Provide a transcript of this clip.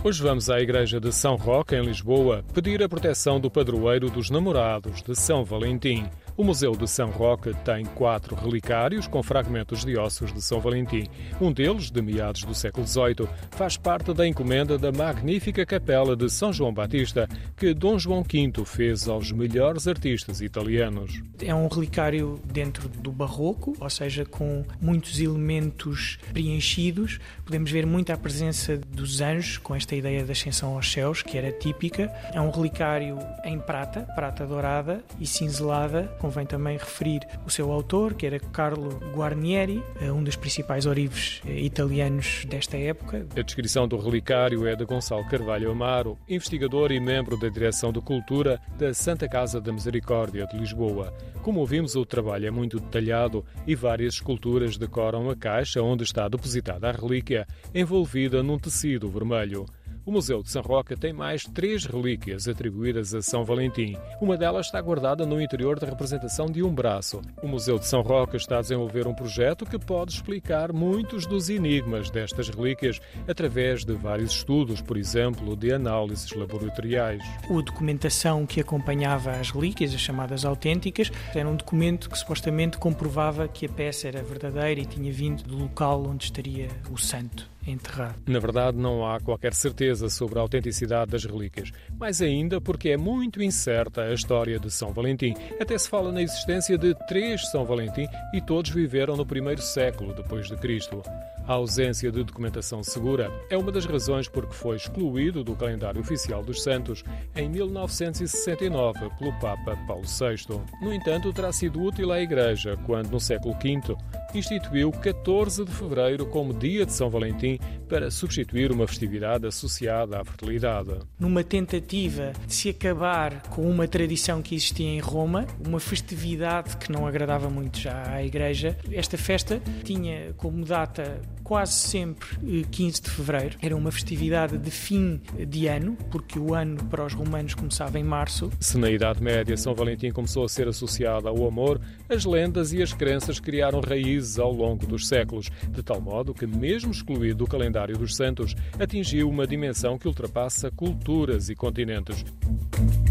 Hoje vamos à Igreja de São Roque, em Lisboa, pedir a proteção do padroeiro dos namorados de São Valentim. O Museu de São Roque tem 4 relicários com fragmentos de ossos de São Valentim. Um deles, de meados do século XVIII, faz parte da encomenda da magnífica capela de São João Batista, que Dom João V fez aos melhores artistas italianos. É um relicário dentro do barroco, ou seja, com muitos elementos preenchidos. Podemos ver muito a presença dos anjos, com esta ideia da ascensão aos céus, que era típica. É um relicário em prata dourada e cinzelada. Convém também referir o seu autor, que era Carlo Guarnieri, um dos principais ourives italianos desta época. A descrição do relicário é de Gonçalo Carvalho Amaro, investigador e membro da Direção de Cultura da Santa Casa da Misericórdia de Lisboa. Como ouvimos, o trabalho é muito detalhado e várias esculturas decoram a caixa onde está depositada a relíquia, envolvida num tecido vermelho. O Museu de São Roque tem mais 3 relíquias atribuídas a São Valentim. Uma delas está guardada no interior da representação de um braço. O Museu de São Roque está a desenvolver um projeto que pode explicar muitos dos enigmas destas relíquias através de vários estudos, por exemplo, de análises laboratoriais. A documentação que acompanhava as relíquias, as chamadas autênticas, era um documento que supostamente comprovava que a peça era verdadeira e tinha vindo do local onde estaria o santo enterrado. Na verdade, não há qualquer certeza sobre a autenticidade das relíquias, mais ainda porque é muito incerta a história de São Valentim. Até se fala na existência de 3 São Valentim e todos viveram no primeiro século depois de Cristo. A ausência de documentação segura é uma das razões por que foi excluído do calendário oficial dos santos em 1969 pelo Papa Paulo VI. No entanto, terá sido útil à Igreja quando, no século V, instituiu 14 de fevereiro como dia de São Valentim para substituir uma festividade associada à fertilidade. Numa tentativa de se acabar com uma tradição que existia em Roma, uma festividade que não agradava muito já à Igreja, esta festa tinha como data quase sempre 15 de fevereiro. Era uma festividade de fim de ano, porque o ano para os romanos começava em março. Se na Idade Média São Valentim começou a ser associado ao amor, as lendas e as crenças criaram raízes ao longo dos séculos, de tal modo que, mesmo excluído do calendário dos santos, atingiu uma dimensão que ultrapassa culturas e continentes.